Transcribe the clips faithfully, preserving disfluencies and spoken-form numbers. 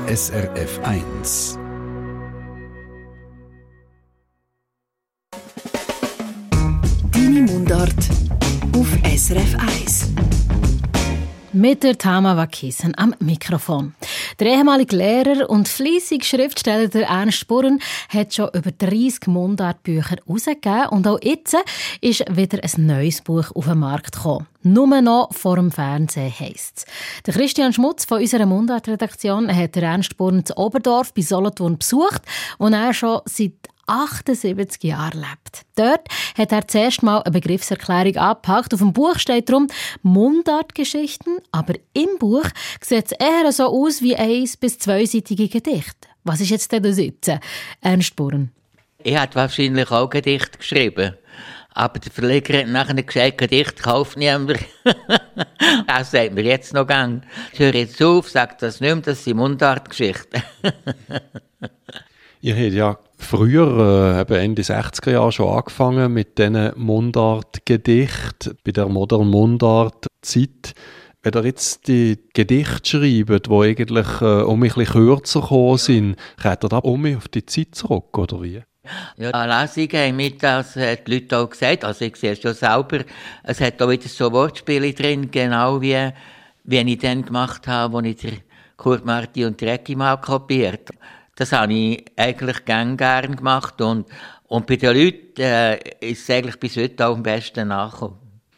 S R F eins. Deine Mundart auf S R F eins. Mit der Tama Wakissen am Mikrofon. Der ehemalige Lehrer und fleissige Schriftsteller der Ernst Burren hat schon über dreissig Mundartbücher herausgegeben und auch jetzt ist wieder ein neues Buch auf den Markt gekommen. «Nur noch vor dem Fernsehen» heisst es. Der Christian Schmutz von unserer Mundartredaktion hat Ernst Burren zu Oberdorf bei Solothurn besucht, wo er schon seit achtundsiebzig Jahre lebt. Dort hat er zuerst mal eine Begriffserklärung angepackt. Auf dem Buch steht darum «Mundartgeschichten», aber im Buch sieht es eher so aus wie eins- bis zweiseitige Gedichte. Was ist jetzt denn das jetzt? Ernst Burren. Ich habe wahrscheinlich auch Gedichte geschrieben. Aber der Verleger hat nachher gesagt, Gedicht kauft niemand. Das sagt mir jetzt noch gern. Hör jetzt auf, sagt das nicht mehr, das sind Mundartgeschichten. Ihr habt ja früher, äh, eben Ende sechziger Jahre schon angefangen mit diesen Mundartgedichten, bei der modernen Mundartzeit. Wenn ihr jetzt die Gedichte schreibt, die eigentlich äh, um ein bisschen kürzer gekommen sind, kehrt ihr da um auf die Zeit zurück, oder wie? Ja, eine Lesung haben mir das hat die Leute auch gesagt. Also ich sehe es schon selber. Es hat auch wieder so Wortspiele drin, genau wie, wie ich dann gemacht habe, als ich den Kurt Marti und Recki mal kopiert. Das habe ich eigentlich gern gern gemacht und, und bei den Leuten äh, ist es eigentlich bis heute auch am besten nachgekommen.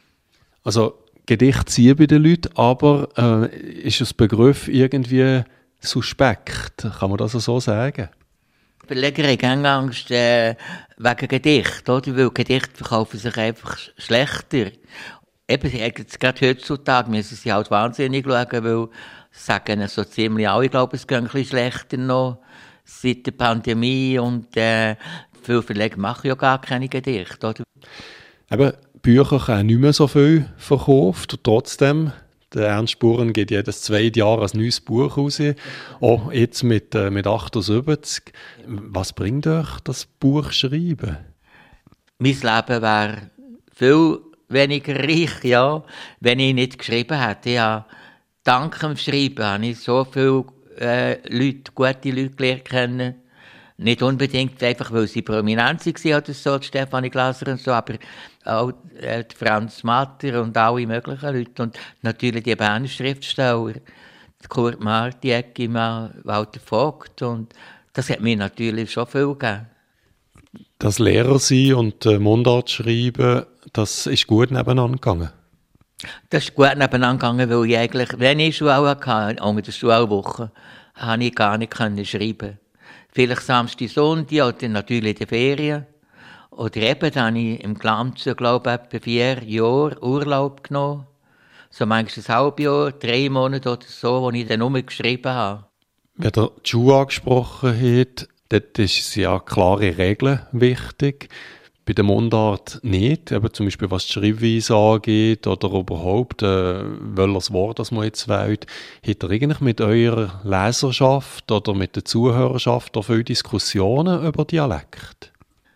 Also Gedichte ziehen bei den Leuten, aber äh, ist das Begriff irgendwie suspekt? Kann man das so sagen? Die Verleger haben gerne Angst äh, wegen Gedicht, oder? Weil Gedichte verkaufen sich einfach schlechter. Eben, jetzt gerade heutzutage müssen sie halt wahnsinnig schauen, weil sagen so ziemlich alle, ich glaube, es geht ein bisschen schlechter noch seit der Pandemie und äh, viele Verleger machen ja gar keine Gedichte, oder? Eben, Bücher haben nicht mehr so viel verkauft, trotzdem, der Ernst Burren geht jedes zweite Jahr ein neues Buch raus, auch jetzt mit, äh, mit achtundsiebzig. Was bringt euch das Buch schreiben? Mein Leben wäre viel weniger reich, ja, wenn ich nicht geschrieben hätte. Ja, dank dem Schreiben habe ich so viele äh, Leute, gute Leute gelernt kennen. Nicht unbedingt einfach, weil sie prominent waren oder so, die Stefanie Glaser und so, aber auch äh, Franz Matter und alle möglichen Leute. Und natürlich die Berner Schriftsteller, Kurt Marti, Eckimann, Walter Vogt. Und das hat mir natürlich schon viel gegeben. Das Lehrer sein und äh, Mundart schreiben, das ist gut nebeneinander gegangen? Das ist gut nebeneinander gegangen, weil ich eigentlich, wenn ich Schule hatte, unter der Schulwoche, habe ich gar nicht schreiben. Vielleicht Samstag, Sonntag oder natürlich in den Ferien. Oder eben, dann habe ich im Glanzen, glaube ich, etwa vier Jahre Urlaub genommen. So manchmal ein halbes Jahr, drei Monate oder so, wo ich dann nur geschrieben habe. Wenn ihr die Schule angesprochen habt, dort ist ja klare Regeln wichtig. Bei der Mundart nicht, eben zum Beispiel was die Schreibweise angeht oder überhaupt, äh, welches Wort das man jetzt wählt. Habt ihr eigentlich mit eurer Leserschaft oder mit der Zuhörerschaft auch viele Diskussionen über Dialekt?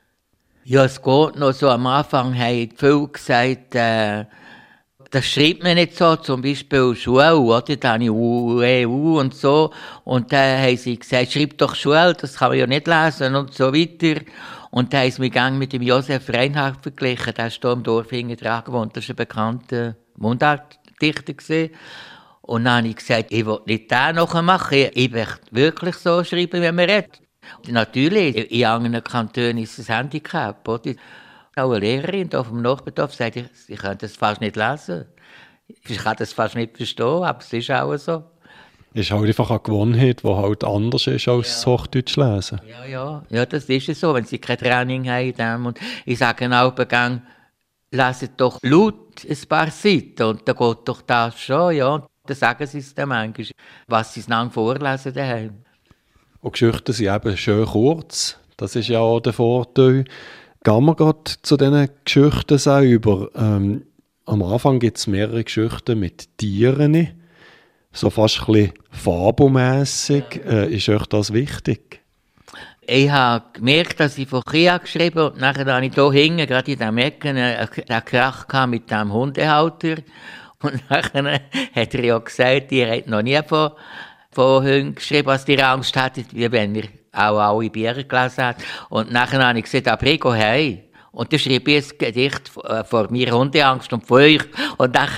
Ja, es geht noch so. Am Anfang haben viele gesagt, äh, das schreibt man nicht so, zum Beispiel Schule, oder? Da habe ich U, E, U und so. Und dann haben sie gesagt, schreib doch Schule, das kann man ja nicht lesen und so weiter. Und dann haben sie mich gang mit dem Josef Reinhardt verglichen, der ist hier im Dorf hinten dran gewohnt, das war ein bekannter Mundartdichter. Und dann habe ich gesagt, ich will nicht den noch machen, ich möchte wirklich so schreiben, wie man redet. Und natürlich, in anderen Kantonen ist es ein Handicap, oder? Auch eine Lehrerin hier vom Nachbardorf sagt, ich, ich kann das fast nicht lesen. Ich kann das fast nicht verstehen, aber es ist auch so. Es ist halt einfach eine Gewohnheit, die halt anders ist als ja. Hochdeutsch lesen. Ja, ja, ja, das ist es so, wenn sie kein Training haben. Und ich sage auch begann, leset doch laut ein paar Seiten und dann geht doch das schon, ja. Und dann sagen sie es dann manchmal, was sie es lang vorlesen daheim. Und Geschichten sind eben schön kurz, das ist ja auch der Vorteil. Gehen wir gerade zu diesen Geschichten selber. Ähm, am Anfang gibt es mehrere Geschichten mit Tieren, so fast ein bisschen fabelmässig. Äh, ist euch das wichtig? Ich habe gemerkt, dass ich von Kia geschrieben habe und nachher habe ich hier hinten, gerade in diesem Ecken, einen Krach mit diesem Hundehalter. Und nachher hat er ja gesagt, ihr habt noch nie von von Hunden geschrieben, was die Angst hatten, wie wenn wir auch alle Bücher gelesen haben. Und nachher habe ich gesagt, Abrigo, hey. Und dann schreibe ich ein Gedicht vor mir Hundeangst und vor euch. Und dann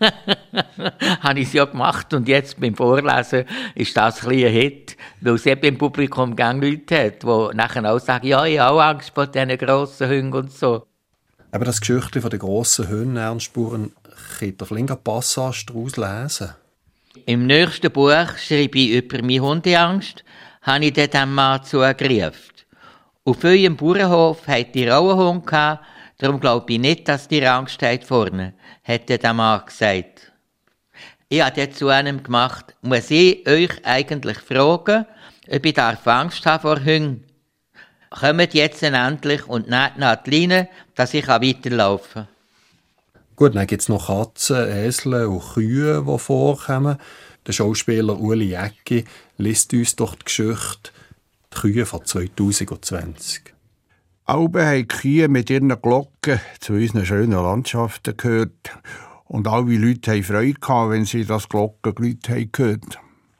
habe ich es ja gemacht. Und jetzt beim Vorlesen ist das ein bisschen ein Hit, weil es eben im Publikum gerne Leute hat, die nachher auch sagen, ja, ich habe auch Angst vor diesen grossen Hunden und so. Aber das Geschichtchen von den grossen Hunden, Ernst Spuren, könnt ihr vielleicht eine Passage daraus lesen? Im nächsten Buch schreibe ich über meine Hundeangst, habe ich dann dem Mann zugerufen. Auf eurem Bauernhof habt ihr auch einen Hund gehabt, darum glaube ich nicht, dass ihr Angst habt vorne, hat der Mann gesagt. Ich habe dort zu einem gemacht, muss ich euch eigentlich fragen, ob ich darf Angst habe vor Hunden? Kommt jetzt endlich und nehmt nach die Leine, dass ich weiterlaufen kann. Gut, dann gibt es noch Katzen, Esel und Kühe, die vorkommen. Der Schauspieler Uli Jäcki liest uns doch die Geschichte «Die Kühe von zwanzig zwanzig». Alle haben die Kühe mit ihren Glocken zu unseren schönen Landschaften gehört. Und alle Leute haben Freude gehabt, wenn sie das Glockengeläut haben gehört.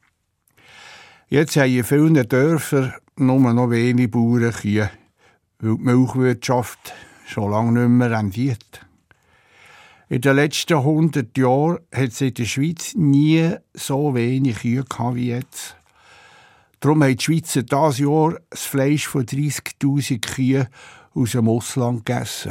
Jetzt haben in vielen Dörfern nur noch wenige Bauernkühe, weil die Milchwirtschaft schon lange nicht mehr rendiert. In den letzten hundert Jahren hat es in der Schweiz nie so wenig Kühe gehabt wie jetzt. Darum haben die Schweizer dieses Jahr das Fleisch von dreissigtausend Kühen aus dem Ausland gegessen.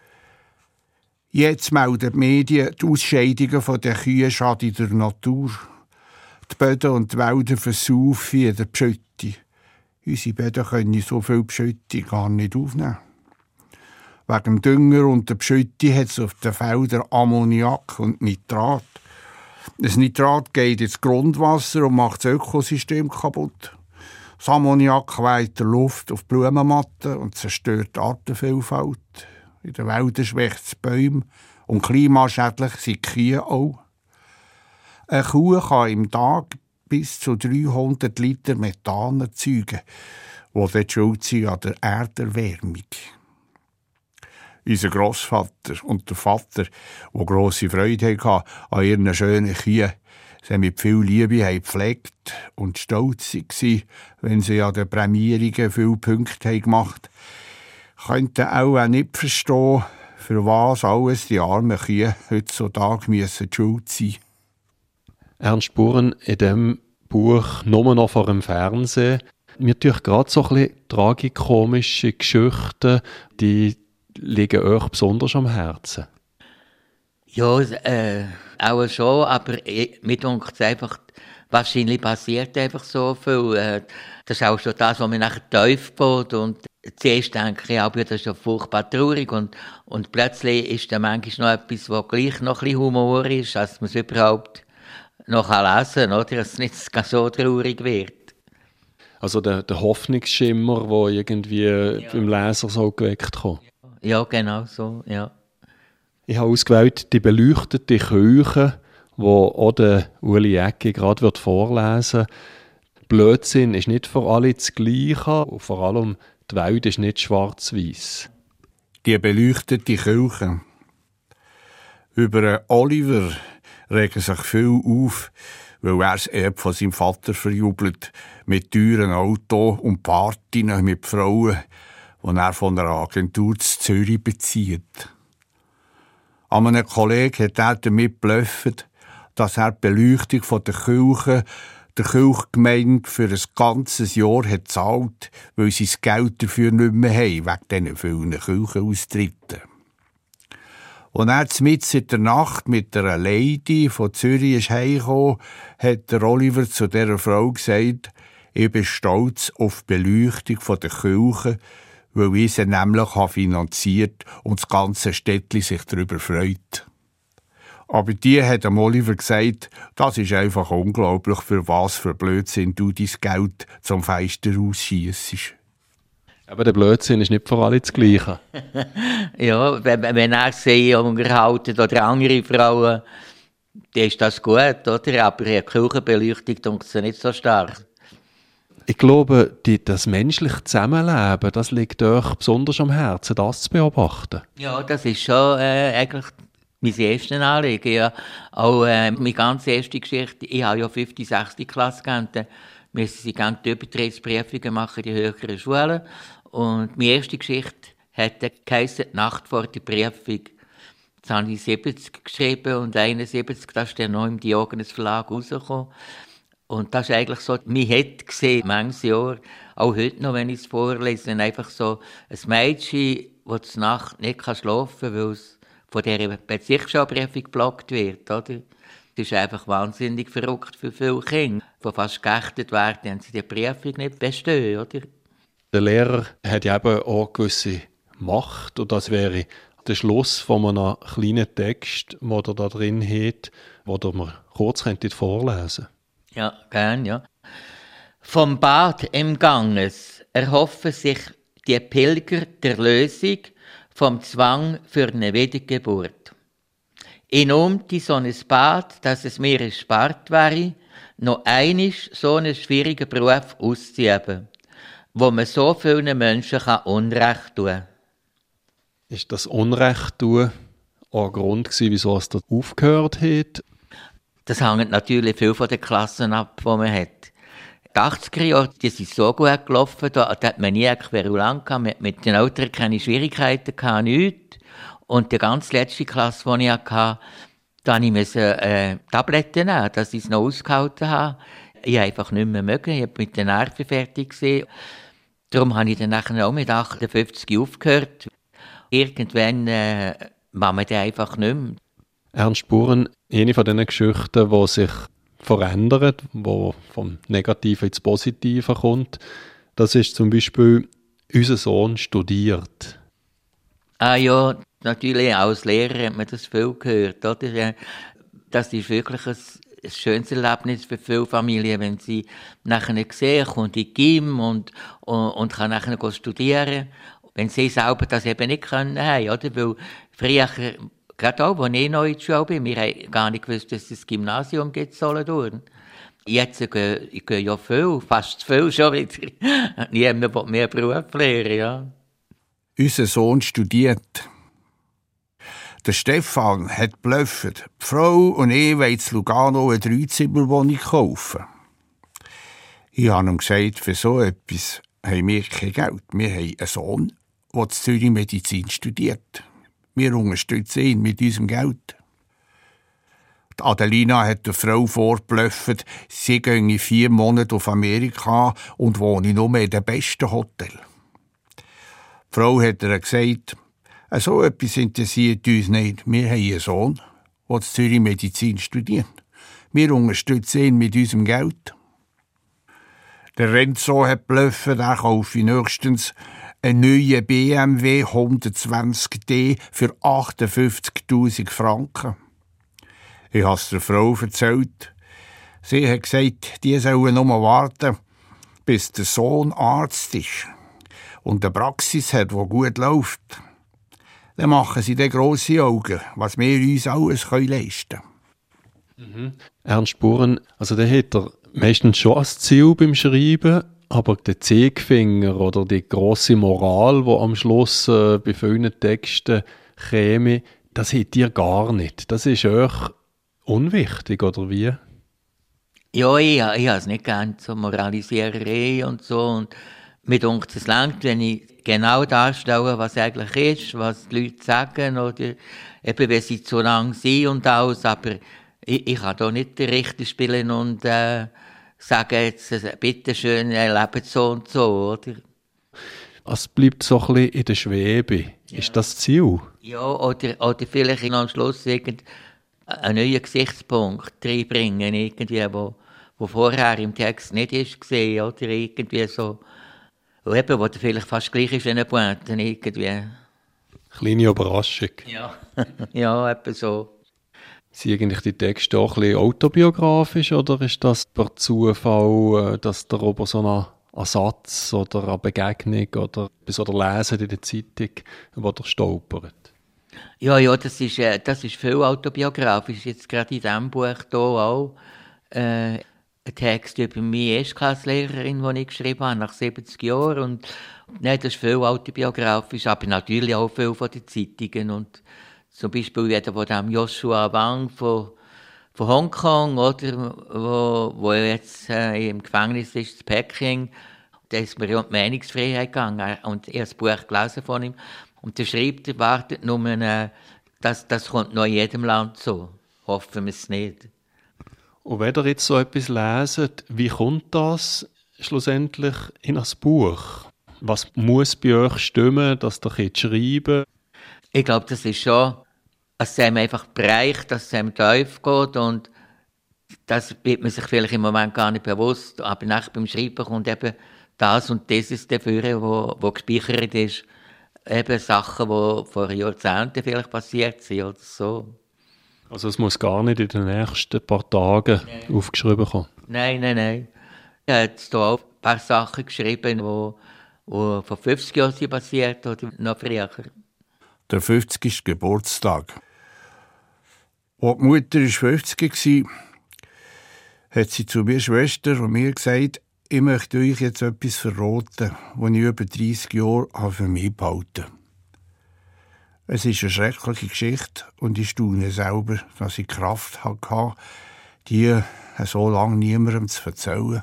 Jetzt melden die Medien, die Ausscheidungen der Kühe schaden der Natur. Die Böden und die Wälder versaufen in der Beschütte. Unsere Böden können so viel Beschütte gar nicht aufnehmen. Wegen dem Dünger und der Beschütte hat es auf den Feldern Ammoniak und Nitrat. Das Nitrat geht ins Grundwasser und macht das Ökosystem kaputt. Das Ammoniak weht der Luft auf die Blumenmatten und zerstört die Artenvielfalt. In den Wäldern schwächt es Bäume und klimaschädlich sind die Kühe auch. Eine Kuh kann im Tag bis zu dreihundert Liter Methan erzeugen, die dann schuld sind an der Erderwärmung. Unser Grossvater und der Vater, die grosse Freude hatten an ihren schönen Kühen, sie mit viel Liebe gepflegt und stolz waren, wenn sie an den Prämierungen viele Punkte gemacht haben, könnten auch nicht verstehen, für was alles die armen Kühe heutzutage müssen schuld sein. Ernst Spuren, in diesem Buch «Nur noch vor dem Fernsehen» mir tue gerade so ein bisschen tragikomische Geschichten, die liegen euch besonders am Herzen. Ja, äh, auch schon, aber mir denkt es einfach, wahrscheinlich passiert einfach so viel. Äh, das ist auch schon das, was mir nachher tief geht. Und zuerst denke ich auch, das ist ja furchtbar traurig. Und, und plötzlich ist da manchmal noch etwas, was gleich noch ein bisschen Humor ist, dass man es überhaupt noch lesen kann, oder? Dass es nicht so traurig wird. Also der, der Hoffnungsschimmer, der irgendwie ja. beim Leser so geweckt kommt. Ja, genau so, ja. Ich habe ausgewählt die beleuchtete Kirche, die auch der Uli Jäcki gerade vorlesen wird. Blödsinn ist nicht für alle das Gleiche und vor allem die Welt ist nicht schwarz-weiß. Die beleuchtete Kirche. Über Oliver regen sich viel auf, weil er das Erbe von seinem Vater verjubelt, mit teuren Autos und Partien mit Frauen, die er von einer Agentur zu Zürich bezieht. An einem Kollegen hat er damit geblufft, dass er die Beleuchtung von der Kirche der Kirchgemeinde für ein ganzes Jahr hat gezahlt, weil sie das Geld dafür nicht mehr haben, wegen diesen vielen Kirchenaustritten. Als er mitten in der Nacht mit einer Lady von Zürich ist heimgekommen, hat der Oliver zu dieser Frau gesagt, ich bin stolz auf die Beleuchtung von der Kirche, weil ich sie nämlich finanziert und das ganze Städtli sich darüber freut. Aber die hat dem Oliver gesagt, das ist einfach unglaublich, für was für Blödsinn du dein Geld zum Fenster rausschiessest. Aber der Blödsinn ist nicht für alle das Gleiche. Ja, wenn, wenn er sich unterhalten oder andere Frauen, dann ist das gut, oder? Aber die Kirchenbeleuchtung tut sie nicht so stark. Ich glaube, die, das menschliche Zusammenleben, das liegt euch besonders am Herzen, das zu beobachten. Ja, das ist schon äh, eigentlich mein erstes Anliegen. Ja, auch äh, meine ganz erste Geschichte, ich habe ja fünfte, sechste Klasse gehabt, dann müssen sie ganz die Übertrittsprüfungen machen, die höheren Schulen. Und meine erste Geschichte hat geheissen, die Nacht vor der Prüfung. Jetzt habe ich siebzig geschrieben und einundsiebzig, das ist dann noch im Diogenes Verlag rausgekommen. Und das ist eigentlich so, mich hätte gesehen, manches Jahr, auch heute noch, wenn ich es vorlese, einfach so ein Mädchen, das die Nacht nicht schlafen kann, weil es von dieser Bezirksschulprüfung geblockt wird, oder? Das ist einfach wahnsinnig verrückt für viele Kinder, die fast geächtet werden, wenn sie die Prüfung nicht bestehen, oder? Der Lehrer hat ja eben auch eine gewisse Macht, und das wäre der Schluss von einem kleinen Text, den er da drin hat, den wir kurz vorlesen. Ja, gern, ja. Vom Bad im Ganges erhoffen sich die Pilger der Lösung vom Zwang für eine Wiedergeburt. In umti so ein Bad, dass es mir erspart wäre, noch einisch so einen schwierigen Beruf auszuüben, wo man so vielen Menschen Unrecht tun kann. Ist das Unrecht tun auch ein Grund gewesen, wieso es dort aufgehört hat? Das hängt natürlich viel von den Klassen ab, die man hat. Die achtziger Jahre, die sind so gut gelaufen, da, da hat man nie querulant gehabt, mit, mit den Eltern keine Schwierigkeiten gehabt, nichts. Und die ganz letzte Klasse, die ich hatte, da musste ich äh, Tabletten nehmen, dass ich es noch ausgehalten habe. Ich habe einfach nicht mehr mögen, ich habe mit den Nerven fertig gesehen. Darum habe ich dann nachher auch mit achtundfünfzig aufgehört. Irgendwann äh, macht man den einfach nicht mehr. Ernst Buren, eine von diesen Geschichten, die sich verändert, die vom Negativen ins Positive kommt, das ist zum Beispiel, unser Sohn studiert. Ah ja, natürlich, als Lehrer hat man das viel gehört. Oder? Das ist wirklich ein, ein schönes Erlebnis für viele Familien, wenn sie nachher sehen, kommt in die Gym und, und, und kann nachher studieren. Wenn sie selber das eben nicht können haben, oder? Weil früher, gerade auch, als ich neu in der Schule bin, wir haben gar nicht gewusst, dass es ein Gymnasium gibt, Solothurn. Jetzt gehe ich gehe ja viel, fast zu viel schon wieder. Niemand will mehr Beruf lernen, ja. Unser Sohn studiert. Der Stefan hat blöffert. Die Frau und ich wollen in Lugano eine Dreizimmerwohnung kaufen. Ich habe ihm gesagt, für so etwas haben wir kein Geld. Wir haben einen Sohn, der in Zürich Medizin studiert. Wir unterstützen ihn mit unserem Geld. Die Adelina hat der Frau vorgeblöffert, sie gehe vier Monate auf Amerika und wohne nur in dem besten Hotel. Die Frau hat ihr gesagt, so etwas interessiert uns nicht. Wir haben einen Sohn, der in Zürich Medizin studiert. Wir unterstützen ihn mit unserem Geld. Der Renzo hat blöffert, er kaufe nächstens einen neuen B M W hundertzwanzig D für achtundfünfzigtausend Franken. Ich habe es der Frau erzählt. Sie hat gesagt, die sollen nur warten, bis der Sohn Arzt ist und eine Praxis hat, die gut läuft. Dann machen sie dann grosse Augen, was wir uns alles leisten können. Mhm. Ernst Buren, also der hat er meistens schon als Ziel beim Schreiben, aber der Zeigefinger oder die grosse Moral, die am Schluss äh, bei vielen Texten käme, das hat ihr gar nicht. Das ist euch unwichtig, oder wie? Ja, ich, ich habe es nicht gern, so Moralisiererei und so. Und mir denkt es langt, wenn ich genau darstelle, was eigentlich ist, was die Leute sagen, oder eben, wenn sie zu lang sind und alles. Aber ich, ich kann da nicht den Richter spielen und äh, sagen jetzt, bitte schön, lebt so und so, oder? Es bleibt so ein bisschen in der Schwebe. Ja. Ist das das Ziel? Ja, oder, oder vielleicht am Schluss irgend einen neuen Gesichtspunkt reinbringen, irgendwie, wo, wo vorher im Text nicht ist gesehen, oder irgendwie so, wo eben, wo vielleicht fast gleich ist wie eine Pointe, irgendwie. Kleine Überraschung. Ja, ja, etwa so. Sind eigentlich die Texte auch ein bisschen autobiografisch, oder ist das per Zufall, dass der über so einen einen Satz oder eine Begegnung oder etwas oder Lesen in der Zeitung, wo der stolpert? Ja, ja, das ist, äh, das ist viel autobiografisch. Jetzt gerade in diesem Buch hier auch äh, ein Text über meine Erstklasslehrerin, den ich geschrieben habe, nach siebzig Jahren. Und, nein, das ist viel autobiografisch, aber natürlich auch viel von den Zeitungen. Und Zum Beispiel wieder von dem Joshua Wang von, von Hongkong, oder, wo, wo jetzt äh, im Gefängnis ist, in Peking. Da ist mir ja um die Meinungsfreiheit gegangen und ich habe das Buch gelesen von ihm. Und der schreibt, er wartet nur, äh, das, das kommt noch in jedem Land so. Hoffen wir es nicht. Und wenn ihr jetzt so etwas leset, wie kommt das schlussendlich in ein Buch? Was muss bei euch stimmen, dass ihr schreiben? Ich glaube, das ist schon, dass es einem einfach bereicht, dass es einem tief geht und das wird man sich vielleicht im Moment gar nicht bewusst, aber nachher beim Schreiben kommt eben das und das ist dafür, wo, wo gespeichert ist, eben Sachen, die vor Jahrzehnten vielleicht passiert sind oder so. Also es muss gar nicht in den nächsten paar Tagen nein. aufgeschrieben kommen? Nein, nein, nein. Ich habe jetzt hier auch ein paar Sachen geschrieben, die, die vor fünfzig Jahren sind passiert oder noch früher. Der fünfzigste Geburtstag. Als die Mutter fünfzig war, hat sie zu meiner Schwester und mir gesagt, ich möchte euch jetzt etwas verraten, das ich über dreissig Jahre für mich behalten habe. Es ist eine schreckliche Geschichte und ich staune selber, dass ich Kraft hatte, die so lange niemandem zu erzählen.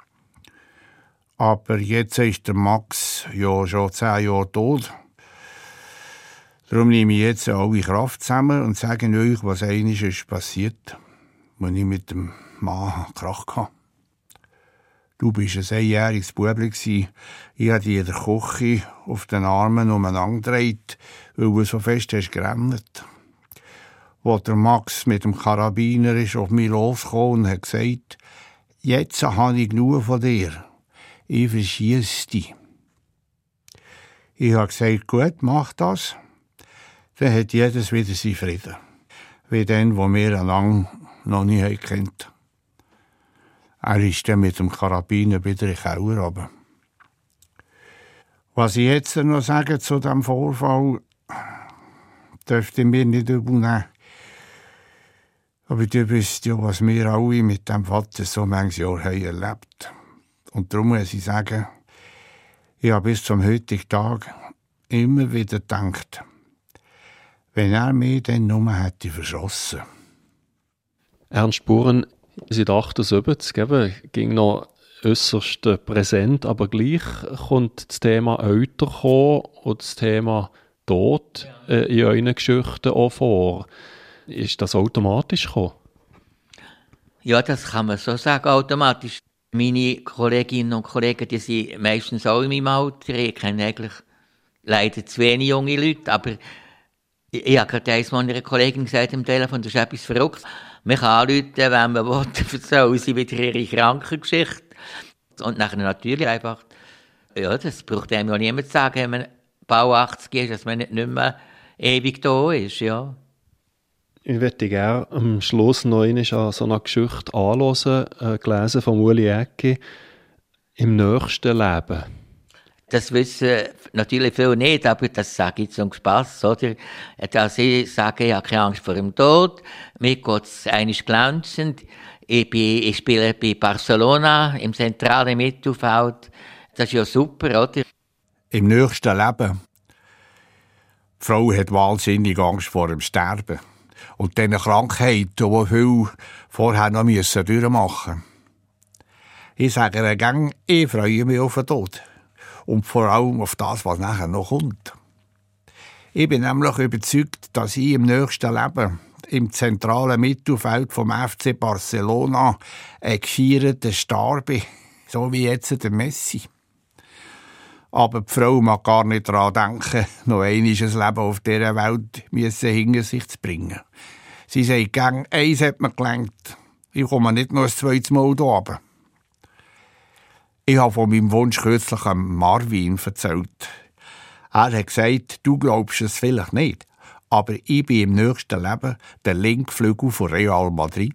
Aber jetzt ist der Max ja schon zehn Jahre tot. Darum nehme ich jetzt alle Kraft zusammen und sage euch, was einiges ist passiert, als ich mit dem Mann Krach hatte. Du bist ein einjähriges Bubli. Ich habe dich in der Küche auf den Armen umeinander gedreht, weil du so fest hast gerannt. Als der Max mit dem Karabiner ist auf mich losgekommen und hat gesagt, jetzt habe ich genug von dir. Ich verschieße dich. Ich habe gesagt, gut, mach das. Dann hat jedes wieder seinen Frieden. Wie den, den wir einander noch nie kennt. Er ist dann mit dem Karabiner wieder in den Keller runter. Was ich jetzt noch sage zu diesem Vorfall, dürfte mir nicht übel. Aber du wisst ja, was wir alle mit dem Vater so manches Jahr haben erlebt. Und darum muss ich sagen, ich habe bis zum heutigen Tag immer wieder gedacht, wenn er mich dann nur hätte verschossen. Ernst Buren, seit achtundsiebzig eben, ging noch äußerst präsent, aber gleich kommt das Thema Alter kommen und das Thema Tod äh, in euren Geschichten auch vor. Ist das automatisch gekommen? Ja, das kann man so sagen, automatisch. Meine Kolleginnen und Kollegen, die sind meistens auch in meinem Alter. Ich kenne eigentlich leider zu wenig junge Leute, aber ich, ich habe gerade einmal einer Kollegin gesagt am Telefon, das ist etwas verrückt. Man kann anrufen, wenn man will, erzählen sie wieder ihre Krankengeschichte. Und nachher natürlich einfach, ja, das braucht einem ja niemand zu sagen, wenn man bald achtzig ist, dass man nicht mehr ewig da ist, ja. Ich möchte gerne am Schluss noch einmal an so eine Geschichte anhören, äh, gelesen von Uli Eggi, «Im nächsten Leben». Das wissen natürlich viele nicht, aber das sage ich zum Spass, oder? Dass ich sage, ich habe keine Angst vor dem Tod, mir geht es eigentlich glänzend. Ich, bin, ich spiele bei Barcelona im zentralen Mittelfeld. Das ist ja super, oder? Im nächsten Leben. Die Frau hat wahnsinnig Angst vor dem Sterben. Und diese Krankheiten, die viele vorher noch müssen durchmachen mussten. Ich sage ihr gerne, ich freue mich auf den Tod. Und vor allem auf das, was nachher noch kommt. Ich bin nämlich überzeugt, dass ich im nächsten Leben im zentralen Mittelfeld vom F C Barcelona ein gefeierter Star bin, so wie jetzt der Messi. Aber die Frau mag gar nicht daran denken, noch einmal ein Leben auf dieser Welt hinter sich zu bringen. Sie sagt gerne, eins hat mir gelangt. Ich komme nicht noch ein zweites Mal hier runter. Ich habe von meinem Wunsch kürzlich an Marvin erzählt. Er hat gesagt, du glaubst es vielleicht nicht, aber ich bin im nächsten Leben der Linkflügel von Real Madrid.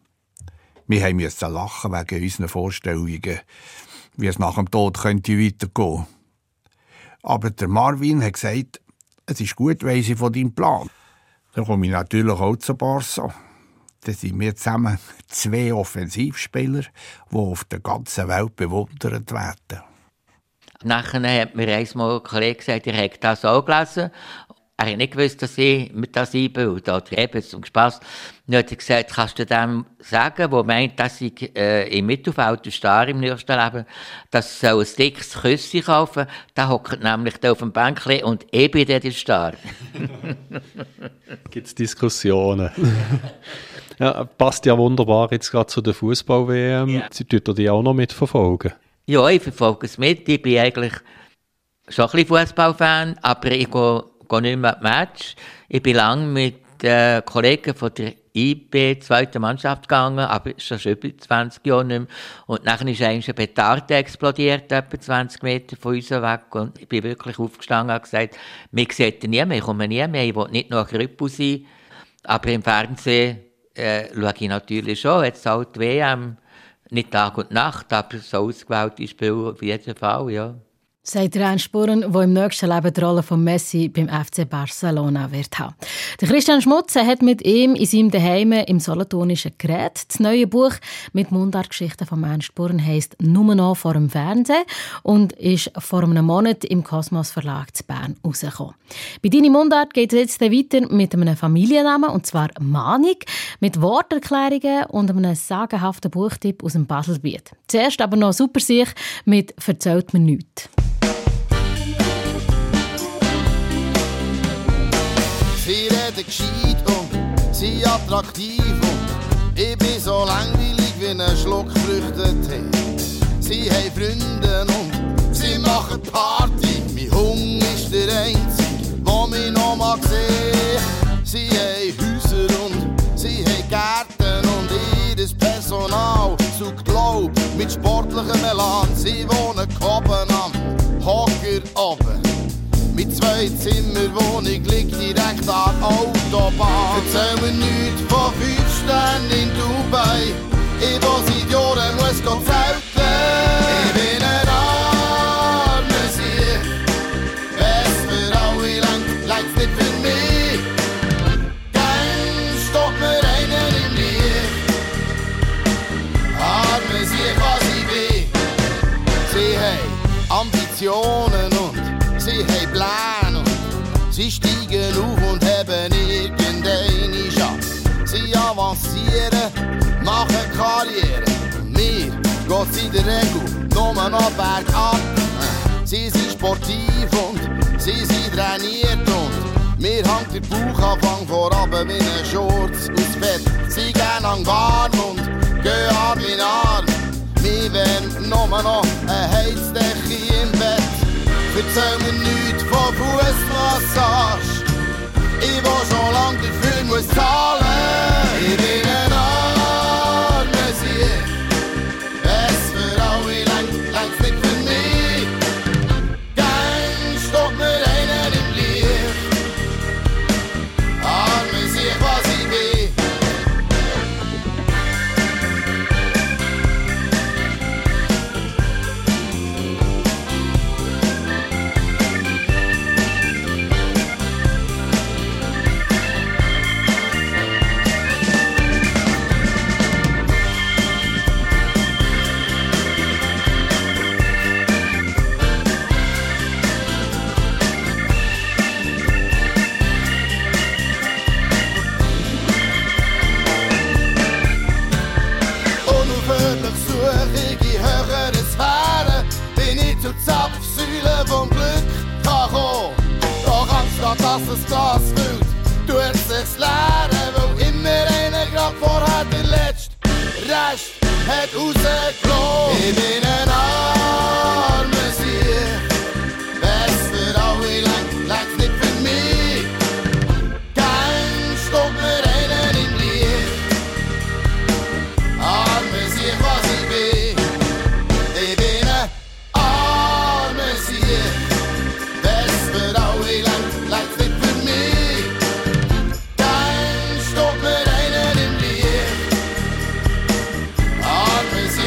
Wir mussten lachen wegen unseren Vorstellungen, wie es nach dem Tod könnte weitergehen. Aber der Marvin hat gesagt, es ist gut, weiss ich von deinem Plan. Dann komme ich natürlich auch zu Barca. Dann sind wir zusammen zwei Offensivspieler, die auf der ganzen Welt bewundert werden. Nachher hat mir einmal ein Kollege gesagt, er hätte das auch gelesen. Er hat nicht gewusst, dass ich mir das einbilde, oder eben zum Spass. Dann hat er gesagt, kannst du dem sagen, der meint, dass ich äh, im Mittelfeld der Star im nächsten Leben, dass er ein dickes Küsschen kaufen soll. Der hockt nämlich da auf dem Bänkchen und ich bin der Star. Gibt es Diskussionen? Ja, passt ja wunderbar jetzt gerade zu der Fußball-W M. Ja. Sie tut die auch noch mitverfolgen? Ja, ich verfolge es mit. Ich bin eigentlich schon ein bisschen Fußballfan, aber ich gehe, gehe nicht mehr Match. Ich bin lange mit äh, Kollegen von der I B, zweiten Mannschaft gegangen, aber schon schon über zwanzig Jahre nicht mehr. Und nachher ist eigentlich eine Petarde explodiert, etwa zwanzig Meter von uns weg. Und ich bin wirklich aufgestanden und gesagt, mich sieht nie mehr, ich komme nie mehr, ich will nicht noch ein Rüppel sein. Aber im Fernsehen äh, schaue ich natürlich schon, jetzt halt die W M, nicht Tag und Nacht, aber so ausgewählte Spiele auf jeden Fall, ja. Sagt Ernst Spuren, der im nächsten Leben die Rolle von Messi beim F C Barcelona wird haben. Der Christian Schmutze hat mit ihm in seinem Daheim im Solothurnischen geredet. Das neue Buch mit Mundartgeschichten von Ernst Spuren heisst «Nur noch vor dem Fernsehen» und ist vor einem Monat im Kosmos Verlag zu Bern rausgekommen. Bei «Deine Mundart» geht es jetzt weiter mit einem Familiennamen, und zwar Manik, mit Worterklärungen und einem sagenhaften Buchtipp aus dem Baselbiet. Zuerst aber noch super sich mit «Verzählt mir nichts». Sie reden gescheit und sind attraktiv und ich bin so langweilig wie ein Schluck Früchtetee. Sie haben Freunde und sie machen Party. Mein Hunger ist der einzige, der mich noch mal sieht. Sie haben Häuser und sie haben Gärten und ihr Personal sucht Glaub mit sportlichem Elan. Sie wohnen oben am Hocker oben. Mit zwei Zimmerwohnung liegt direkt an der Autobahn. Erzähl mir nichts von fünf Sternen in Dubai. Ich, wo seit Jahren muss gehen zelten. Ich bin ein armer Sieg. Wenn's für alle lenkt, lenkt's nicht für mich. Gern stoppt mir einen im Licht. Armer Sieg, was ich bin. Sie haben Ambitionen und sie haben Pläne und sie steigen auf und haben irgendeine Chance. Sie avancieren, machen Karriere. Und mir geht's in der Regel nur noch bergab. Sie sind sportiv und sie sind trainiert und mir hängt der Bauchanfang vorab wie ein Schurz aus Fett. Sie gehen an warm und gehen Arm in Arm. Wir wollen nur noch ein Heizdecke im Bett. Erzähl mir nichts von Fußmassage. Ich will schon lange dafür muss zahlen. Ich bin ein armer Sieg. Wenn's für alle lenkt, lenkt's nicht für mich. Gern stoppt mir einen im Licht. Armer Sieg, was ich bin. Zapfsäule vom Glück kann kommen. Doch anstatt dass es das füllt, tut sich's leeren, weil immer einer grad vorher den letzten Rest hat rausgelassen. Ich bin ein armer Sieg. Wenn's für alle lenkt, lenkt's nicht für mich. Gern stoppt mir einen im Licht. Armer Sieg, was ich bin. Ich bin ein Wenn's für alle lenkt, lenkt's nicht für mich. Gern stoppt mir einen im Licht. Arme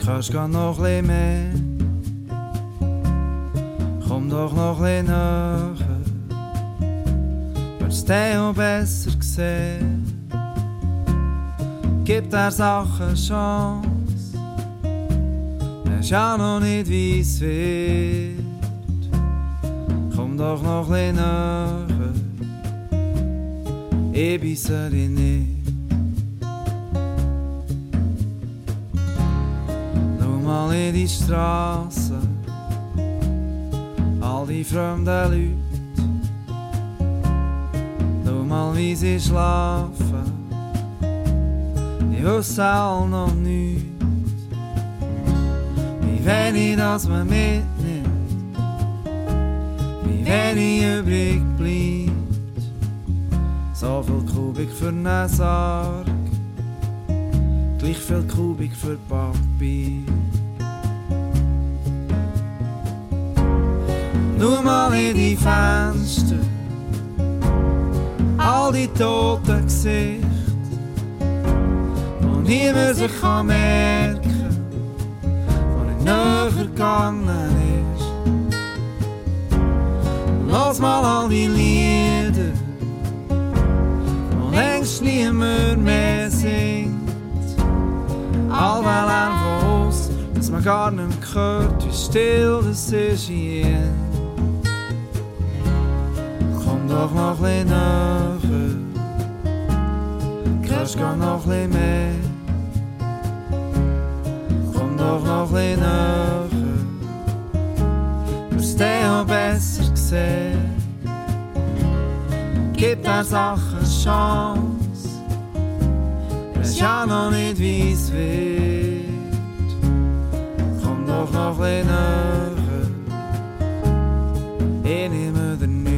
Kannst gar noch ein mehr. Komm doch noch ein näher. Wirst du auch besser sehen. Gib der Sache eine Chance. Weisst ja noch nicht, wie es wird. Komm doch noch ein näher. Ich bisse dich nicht. Mal in die Straße, all die fremden Leute. Schau mal, wie sie schlafen, die wissen all noch nichts. Wie wenig das man mitnimmt, wie wenig übrig bleibt. So viel Kubik für eine Sorge, gleich viel Kubik für Papier. Schau mal in die Fenster, all die toten Gesichter, wo niemand sich kann merken, wo er näher gegangen ist. Lass mal all die Lieder, wo längst niemand mehr singt. All weil er von uns, dass man gar nicht mehr hört, wie still das ist hier. Doch noch ein näher, kannst gar noch ein mehr. Komm doch noch ein näher, wirst du auch besser sehen. Gib der Sache eine Chance, weisst ja noch nicht, wie es wird. Komm doch noch ein näher, ich nehme dir nichts.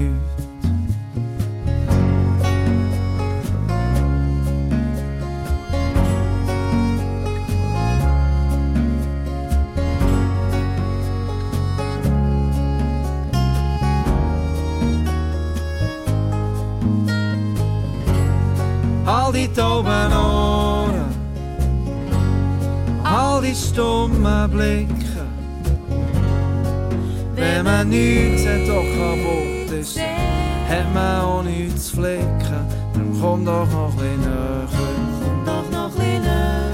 All die tauben Ohren, all die stummen Blicke. Wenn man nichts hat, doch kaputt ist, hat man auch nichts zu flicken. Darum komm doch noch ein näher, komm doch noch ein näher.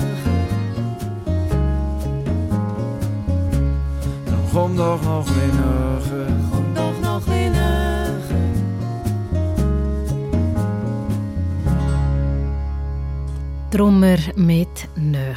Darum komm doch noch ein näher, komm doch noch ein näher. Drummer mit «Näher».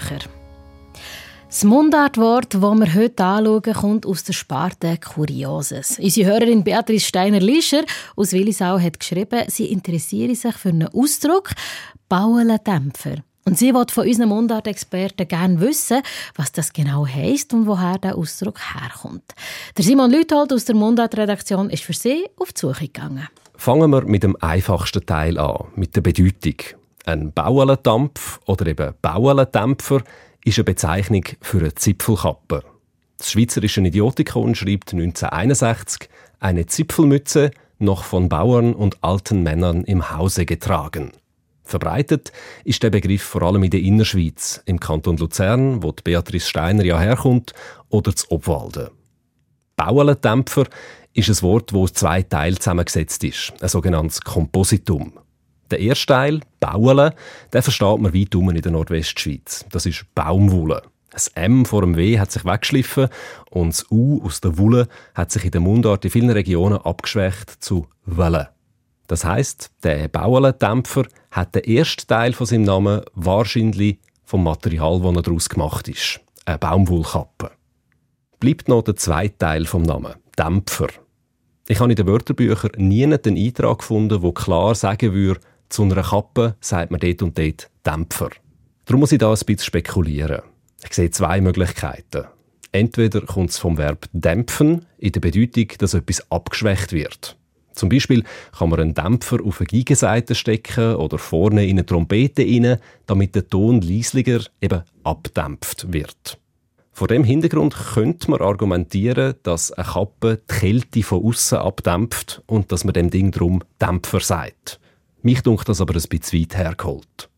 Das Mundartwort, das wir heute anschauen, kommt aus der Sparte Kurioses. Unsere Hörerin Beatrice Steiner-Lischer aus Willisau hat geschrieben, sie interessiere sich für einen Ausdruck «Bauelendämpfer». Und sie will von unseren Mundartexperten gerne wissen, was das genau heisst und woher der Ausdruck herkommt. Der Simon Lüthold aus der Mundartredaktion ist für sie auf die Suche gegangen. Fangen wir mit dem einfachsten Teil an, mit der Bedeutung. Ein Bauelendampf oder eben Bauelendämpfer ist eine Bezeichnung für eine Zipfelkappe. Das Schweizerische Idiotikon schreibt neunzehnhunderteinundsechzig eine Zipfelmütze, noch von Bauern und alten Männern im Hause getragen. Verbreitet ist der Begriff vor allem in der Innerschweiz, im Kanton Luzern, wo die Beatrice Steiner ja herkommt, oder zu Obwalden. Bauelendämpfer ist ein Wort, das aus zwei Teilen zusammengesetzt ist, ein sogenanntes Kompositum. Der erste Teil, Bauele, den versteht man weit in der Nordwestschweiz. Das ist Baumwolle. Das M vor dem W hat sich weggeschliffen und das U aus der Wolle hat sich in der Mundart in vielen Regionen abgeschwächt zu Welle. Das heisst, der Bauelendämpfer hat den ersten Teil von seinem Namen wahrscheinlich vom Material, das er daraus gemacht ist. Eine Baumwollkappe. Bleibt noch der zweite Teil vom Namen, Dämpfer. Ich habe in den Wörterbüchern nie einen Eintrag gefunden, der klar sagen würde, zu einer Kappe sagt man dort und dort Dämpfer. Darum muss ich da ein bisschen spekulieren. Ich sehe zwei Möglichkeiten. Entweder kommt es vom Verb dämpfen, in der Bedeutung, dass etwas abgeschwächt wird. Zum Beispiel kann man einen Dämpfer auf eine Geigensaite stecken oder vorne in eine Trompete rein, damit der Ton leislicher, eben abdämpft wird. Vor dem Hintergrund könnte man argumentieren, dass eine Kappe die Kälte von außen abdämpft und dass man dem Ding drum Dämpfer sagt. Mich dunkt das aber ein bisschen weit hergeholt.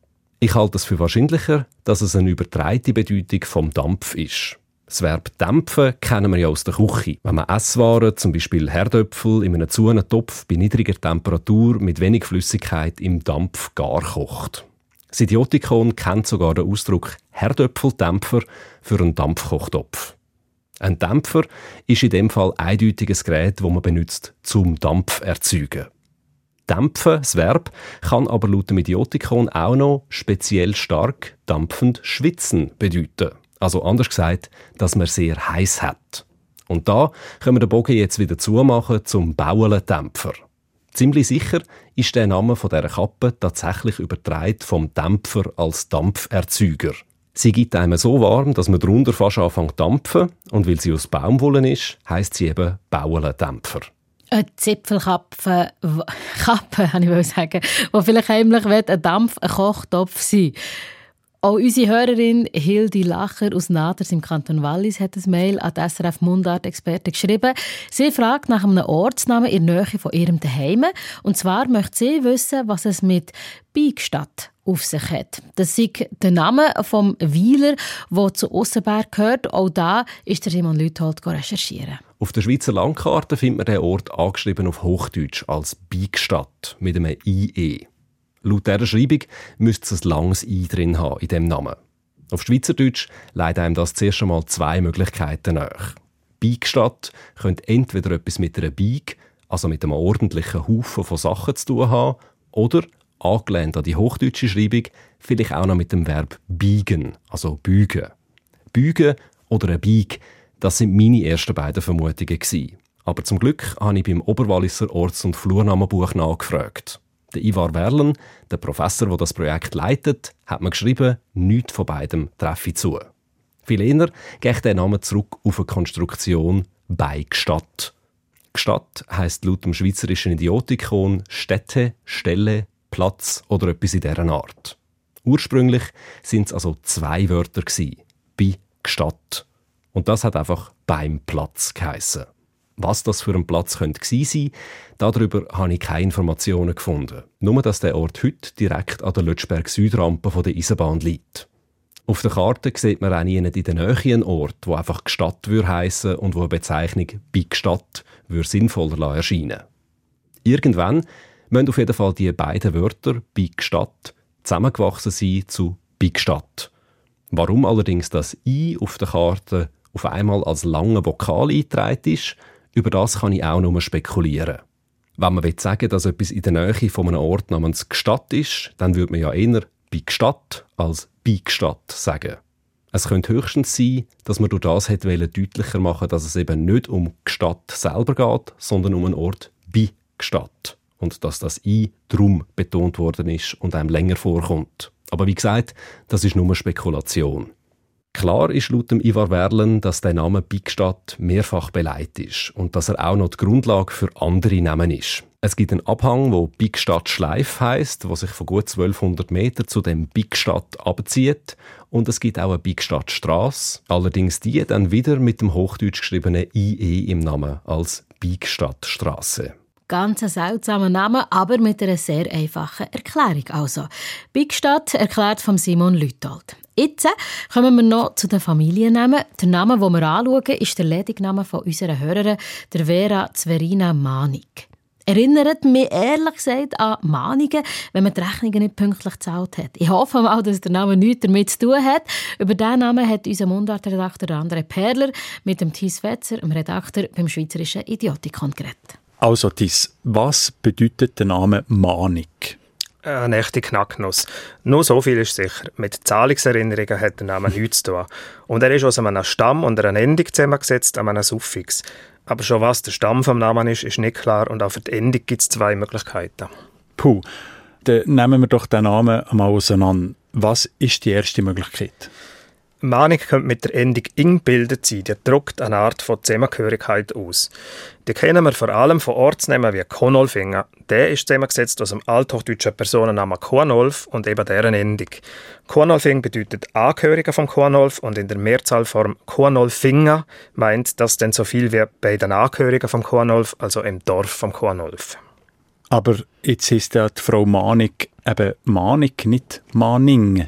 Ich halte es für wahrscheinlicher, dass es eine übertreite Bedeutung vom Dampf ist. Das Verb «dämpfen» kennen wir ja aus der Küche. Wenn man Esswaren, zum Beispiel Herdöpfel, in einem zuenen Topf bei niedriger Temperatur mit wenig Flüssigkeit im Dampf gar kocht. Das Idiotikon kennt sogar den Ausdruck «Herdöpfeldämpfer» für einen Dampfkochtopf. Ein Dämpfer ist in dem Fall eindeutig ein Gerät, das man benutzt, zum Dampf zu erzeugen. Dämpfen, das Verb, kann aber laut dem Idiotikon auch noch speziell stark dampfend schwitzen bedeuten. Also anders gesagt, dass man sehr heiß hat. Und da können wir den Bogen jetzt wieder zumachen zum Bauelendämpfer. Ziemlich sicher ist der Name von dieser Kappe tatsächlich übertragen vom Dämpfer als Dampferzeuger. Sie gibt einem so warm, dass man darunter fast anfängt zu dampfen. Und weil sie aus Baumwolle ist, heisst sie eben Bauelendämpfer. Eine Zipfelkappe, Kappe, kann ich sagen, die vielleicht heimlich ein Dampf, ein Kochtopf sein. Auch unsere Hörerin Hildi Lacher aus Naders im Kanton Wallis hat ein Mail an die S R F Mundart-Experten geschrieben. Sie fragt nach einem Ortsnamen in der Nähe von ihrem Zuhause. Und zwar möchte sie wissen, was es mit Beigstadt auf sich hat. Das ist der Name vom Weiler, der zu Ossenberg gehört. Auch da ist der Simon Lüthold recherchieren. Auf der Schweizer Landkarte findet man den Ort angeschrieben auf Hochdeutsch als Beigstadt mit einem I E. Laut dieser Schreibung müsste es ein langes I drin haben in diesem Namen. Auf Schweizerdeutsch leitet einem das zuerst einmal zwei Möglichkeiten nach. Beigstadt könnte entweder etwas mit einer Beig, also mit einem ordentlichen Haufen von Sachen zu tun haben, oder, angelehnt an die hochdeutsche Schreibung, vielleicht auch noch mit dem Verb biegen, also bügen. Bügen oder eine Beig, das sind meine ersten beiden Vermutungen gewesen. Aber zum Glück habe ich beim Oberwalliser Orts- und Flurnamenbuch nachgefragt. Der Ivar Werlen, der Professor, der das Projekt leitet, hat mir geschrieben, nichts von beidem treffe zu. Viel eher geht der Name zurück auf eine Konstruktion Beigstadt. Gstadt heisst laut dem schweizerischen Idiotikon Stätte, Stelle, Platz oder etwas in dieser Art. Ursprünglich sind es also zwei Wörter gsi, bei Gstadt. Und das hat einfach beim Platz geheissen. Was das für ein Platz könnte gewesen sein, darüber habe ich keine Informationen gefunden. Nur, dass der Ort heute direkt an der Lötschberg-Südrampe der Eisenbahn liegt. Auf der Karte sieht man auch nie in der Nähe einen Ort, wo einfach Gstadt heissen und wo eine Bezeichnung Beigstadt sinnvoller erscheinen. Irgendwann müssen auf jeden Fall die beiden Wörter Beigstadt zusammengewachsen sein zu Beigstadt. Warum allerdings das I auf der Karte auf einmal als lange Vokal eingetragen ist, über das kann ich auch nur spekulieren. Wenn man sagen will, dass etwas in der Nähe von einem Ort namens Gstatt ist, dann würde man ja eher Beigstadt als Beigstadt sagen. Es könnte höchstens sein, dass man durch das hätte deutlicher machen wollte, dass es eben nicht um Gstatt selber geht, sondern um einen Ort bei Gstatt. Und dass das I drum betont worden ist und einem länger vorkommt. Aber wie gesagt, das ist nur Spekulation. Klar ist laut dem Ivar Werlen, dass der Name Beigstadt mehrfach beleidigt ist und dass er auch noch die Grundlage für andere Namen ist. Es gibt einen Abhang, der Beigstadt Schleif heisst, der sich von gut zwölfhundert Metern zu dem Beigstadt abzieht. Und es gibt auch eine Beigstadt Strasse, allerdings die dann wieder mit dem hochdeutsch geschriebenen I E im Namen als Beigstadtstrasse. Ganz ein seltsamer Name, aber mit einer sehr einfachen Erklärung. Also, Beigstadt erklärt von Simon Lüthold. Jetzt kommen wir noch zu den Familiennamen. Der Name, den wir anschauen, ist der Ledigname von unserer Hörerin, der Vera Zverina Manig. Erinnert mich ehrlich gesagt an Mahnungen, wenn man die Rechnungen nicht pünktlich gezahlt hat. Ich hoffe mal, dass der Name nichts damit zu tun hat. Über diesen Namen hat unser Mundartredakteur André Perler mit dem Thies Fetzer, dem Redakteur beim Schweizerischen Idiotikon, geredet. Also Thies, was bedeutet der Name Manig? Eine echte Knacknuss. Nur so viel ist sicher. Mit Zahlungserinnerungen hat der Name nichts zu tun. Und er ist aus einem Stamm und einer Endung zusammengesetzt, an einem Suffix. Aber schon was der Stamm vom Namen ist, ist nicht klar und auch für die Endung gibt es zwei Möglichkeiten. Puh, dann nehmen wir doch den Namen einmal auseinander. Was ist die erste Möglichkeit? Manig könnte mit der Endung «ing» gebildet sein. Die drückt eine Art von Zusammengehörigkeit aus. Die kennen wir vor allem von Ortsnamen wie Konolfingen. Der ist zusammengesetzt aus dem althochdeutschen Personennamen Kornolf und eben deren Endung. Kornolfing bedeutet Angehörige vom Kornolf und in der Mehrzahlform Kornolfinger meint das dann so viel wie bei den Angehörigen vom Kornolf, also im Dorf vom Kornolf. Aber jetzt heisst ja die Frau Manig eben Manig, nicht Maning.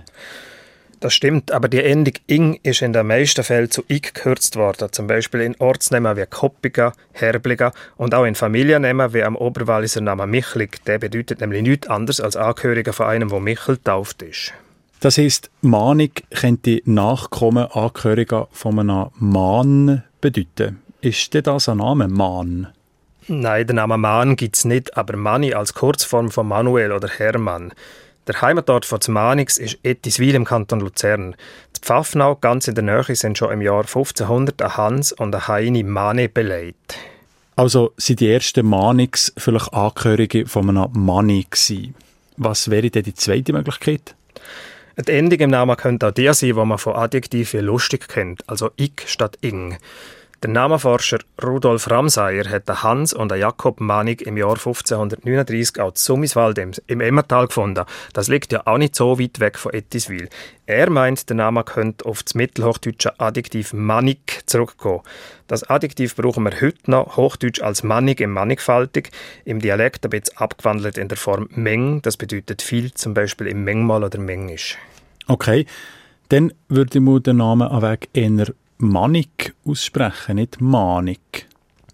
Das stimmt, aber die Endung «ing» ist in den meisten Fällen zu «ig» gekürzt worden. Zum Beispiel in Ortsnamen wie Koppiga, Herbliga und auch in Familiennamen wie am Oberwalliser Namen Michlig. Der bedeutet nämlich nichts anderes als Angehöriger von einem, der Michel getauft ist. Das heisst, Manig könnte Nachkommen Angehöriger von einem Mann bedeuten. Ist denn das ein Name, Mann? Nein, den Namen Mann gibt es nicht, aber Manni als Kurzform von Manuel oder Hermann. Der Heimatort von Zmanix ist Ettiswil im Kanton Luzern. Die Pfaffnau, ganz in der Nähe, sind schon im Jahr fünfzehnhundert ein Hans und ein Heini Mane belegt. Also sind die ersten Manix vielleicht Angehörige von einem Manni gewesen. Was wäre denn die zweite Möglichkeit? Die Endung im Namen könnte auch die sein, die man von Adjektiven lustig kennt, also «ig» statt «ing». Der Namenforscher Rudolf Ramsayer hat den Hans und den Jakob Manig im Jahr fünfzehnhundertneununddreissig auch Summiswald im, im Emmertal gefunden. Das liegt ja auch nicht so weit weg von Ettiswil. Er meint, der Name könnte auf das mittelhochdeutsche Adjektiv «mannig» zurückgehen. Das Adjektiv brauchen wir heute noch, Hochdeutsch als «mannig» im «mannigfaltig», im Dialekt ein bisschen abgewandelt in der Form «meng», das bedeutet viel, zum Beispiel im «mengmal» oder «mengisch». Okay, dann würde ich den Namen an Weg eher Manig aussprechen, nicht Manig.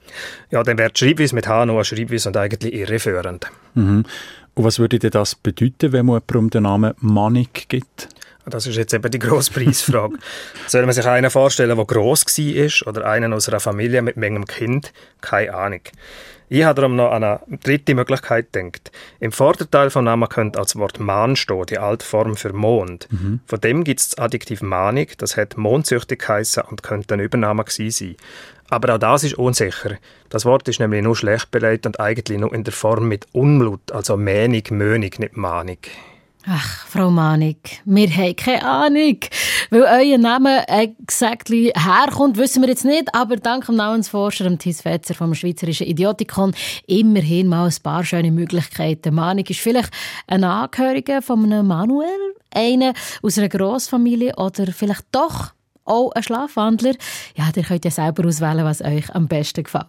Ja, dann wäre die Schreibweise mit H noch eine Schreibweise und eigentlich irreführend. Mhm. Und was würde denn das bedeuten, wenn man jemandem den Namen Manig gibt? Das ist jetzt eben die grosse Preisfrage. Soll man sich einen vorstellen, der gross war, oder einen aus einer Familie mit Mengem Kind? Keine Ahnung. Ich habe darum noch an eine dritte Möglichkeit gedacht. Im Vorderteil des Namens könnte als Wort «Mann» stehen, die alte Form für Mond. Mhm. Von dem gibt es das Adjektiv «manig», das hat mondsüchtig geheissen und könnte ein Übername gewesen sein. Aber auch das ist unsicher. Das Wort ist nämlich nur schlecht belegt und eigentlich nur in der Form mit Umlaut, also «mänig», «mönig», nicht «manig». Ach, Frau Manig, wir haben keine Ahnung. Weil euer Name exactly herkommt, wissen wir jetzt nicht, aber dank dem Namensforscher Thies Fetzer vom Schweizerischen Idiotikon immerhin mal ein paar schöne Möglichkeiten. Manig ist vielleicht ein Angehöriger von einem Manuel, einer aus einer Grossfamilie oder vielleicht doch auch ein Schlafwandler. Ja, ihr könnt ja selber auswählen, was euch am besten gefällt.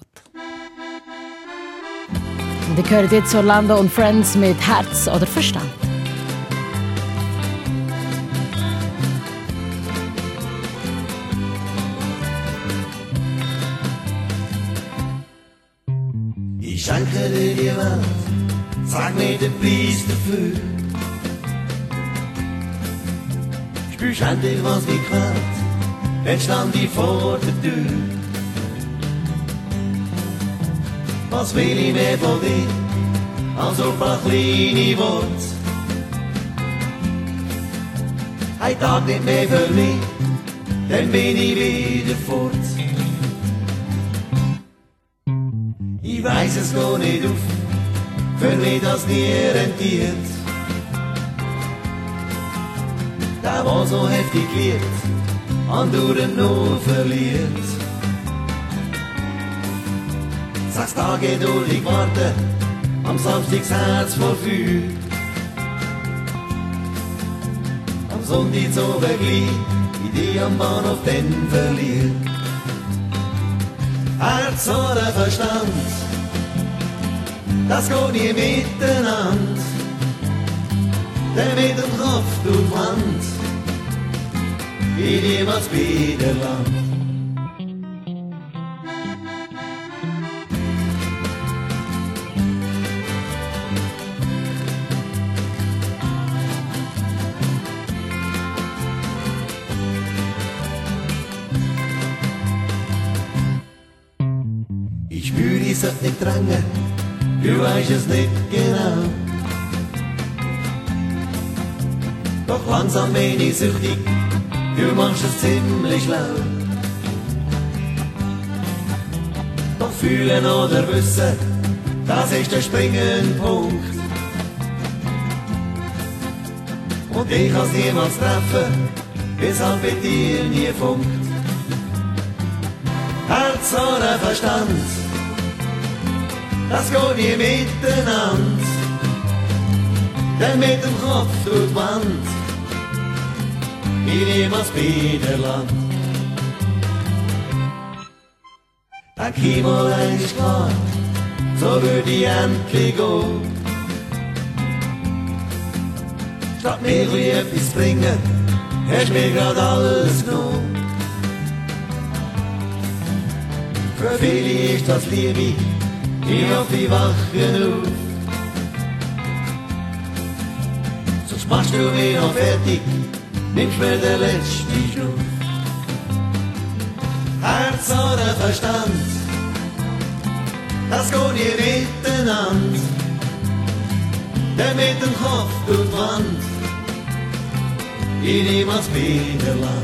Und ihr hört jetzt Orlando und Friends mit Herz oder Verstand. Ich schenke dir die Welt, sag mir den Preis dafür. Spürst endlich, was dich quält, dann stand ich vor der Tür. Was will ich mehr von dir, als ein paar kleine Worte? Ein Tag nicht mehr für mich, dann bin ich wieder fort. Ich weiss, es geht nicht auf, für mich das nie rentiert. Der, der so heftig liebt, an Dauern nur verliert. Sechs Tage geduldig warten, am Samstag das Herz vor Feuer. Am Sonntag so gleich, wie die am Bahnhof dann verliert. Herz oder Verstand, das geht nie miteinander. Der mit dem Kopf durch die Wand, wie jemals wieder Land. Ich spür, ich sollte nicht drängen, du weißt es nicht genau. Doch langsam bin ich süchtig, du machst es ziemlich schlau. Doch fühlen oder wissen, das ist der springende Punkt. Und ich kann's niemals treffen, weshalb bei dir nie funkt. Herz oder Verstand, das geht nie miteinander. Denn mit dem Kopf durch die Wand, wie niemals wieder Land. Der Kimo ist klar, so würde ich endlich gehen. statt mir etwas zu bringen, hast mir grad alles genommen. Für viele ist das Liebe, ich hoffe, ich wache auf. Sonst machst du mich noch fertig, nimmst mir den letzten Schluss. Herz oder Verstand, das geht nie miteinander. Der mit dem Kopf durch die Wand, in niemands Biederland.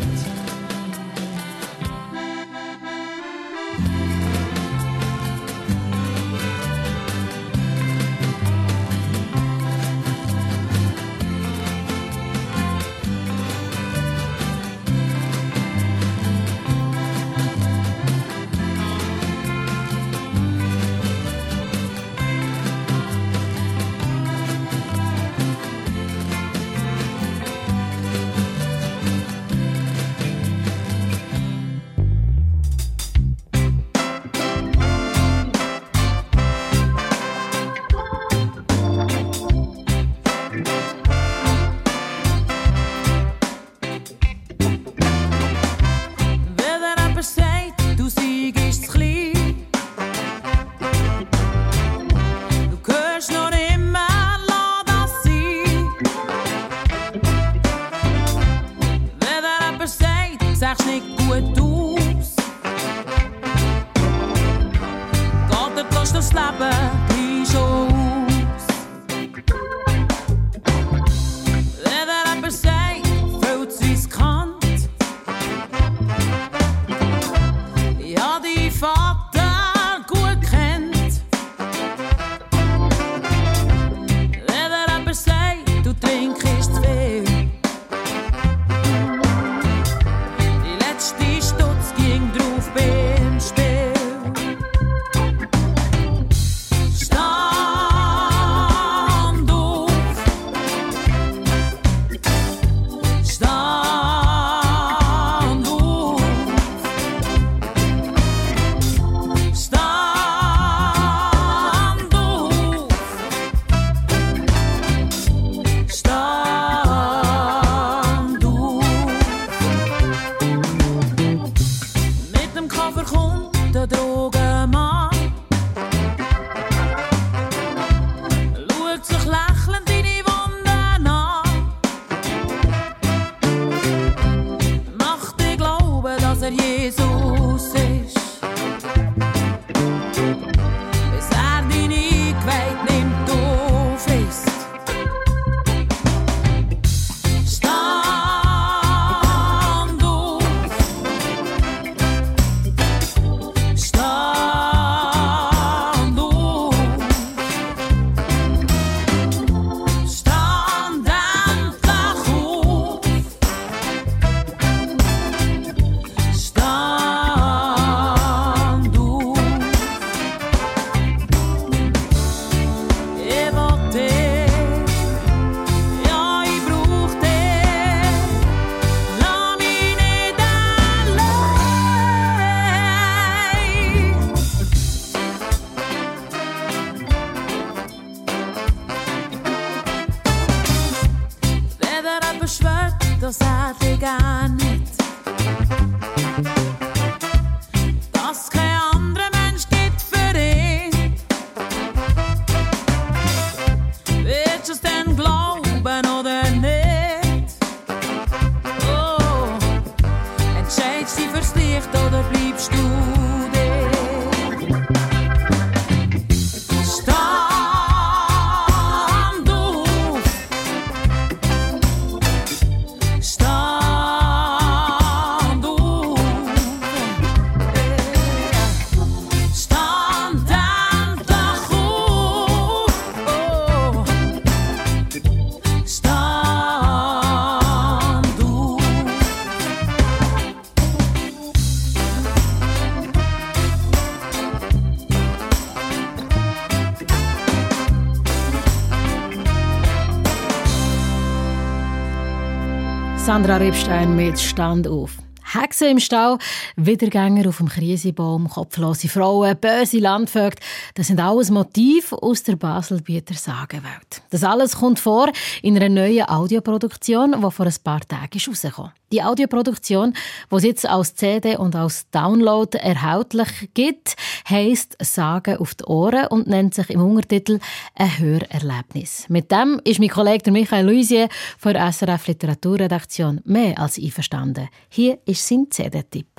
Sandra Rebstein mit «Stand auf». Hexen im Stall, Wiedergänger auf dem Krisenbaum, kopflose Frauen, böse Landvögte. Das sind alles Motive aus der Baselbieter Sagenwelt. Das alles kommt vor in einer neuen Audioproduktion, die vor ein paar Tagen rausgekommen ist. Die Audioproduktion, die es jetzt als C D und als Download erhältlich gibt, heisst «Sagen auf die Ohren» und nennt sich im Untertitel «Ein Hörerlebnis». Mit dem ist mein Kollege Michael Luisier von der S R F Literaturredaktion mehr als einverstanden. Hier ist sein C D-Tipp.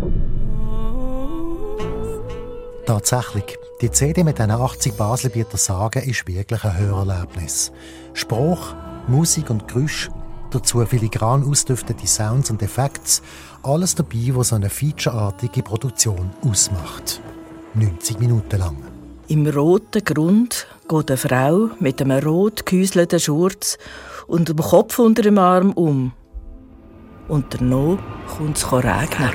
Tatsächlich, die C D mit diesen achtzig Baselbieter Sagen ist wirklich ein Hörerlebnis. Spruch, Musik und Geräusche, dazu filigran ausdüftete Sounds und Effekte, alles dabei, was so eine featureartige Produktion ausmacht. neunzig Minuten lang. Im roten Grund geht eine Frau mit einem rot gehäuselten Schurz und dem Kopf unter dem Arm um. Und danach kommt es regnen.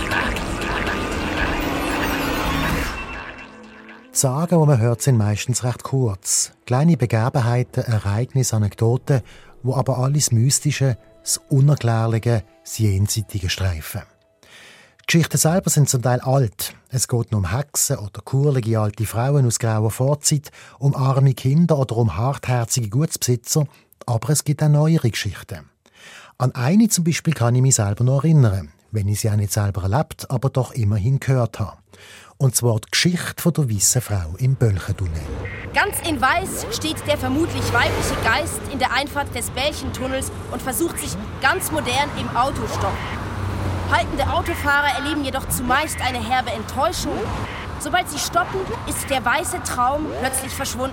Die Sagen, die man hört, sind meistens recht kurz. Kleine Begebenheiten, Ereignisse, Anekdoten, wo aber alles Mystische, das Unerklärliche, das Jenseitige streifen. Die Geschichten selber sind zum Teil alt. Es geht nur um Hexen oder kurlige alte Frauen aus grauer Vorzeit, um arme Kinder oder um hartherzige Gutsbesitzer. Aber es gibt auch neuere Geschichten. An eine zum Beispiel kann ich mich selber noch erinnern, wenn ich sie auch nicht selber erlebt, aber doch immerhin gehört habe. Und zwar die Geschichte von der weißen Frau im Bölchentunnel. Ganz in Weiß steht der vermutlich weibliche Geist in der Einfahrt des Bällchentunnels und versucht sich ganz modern im Autostopp. Haltende Autofahrer erleben jedoch zumeist eine herbe Enttäuschung. Sobald sie stoppen, ist der weiße Traum plötzlich verschwunden.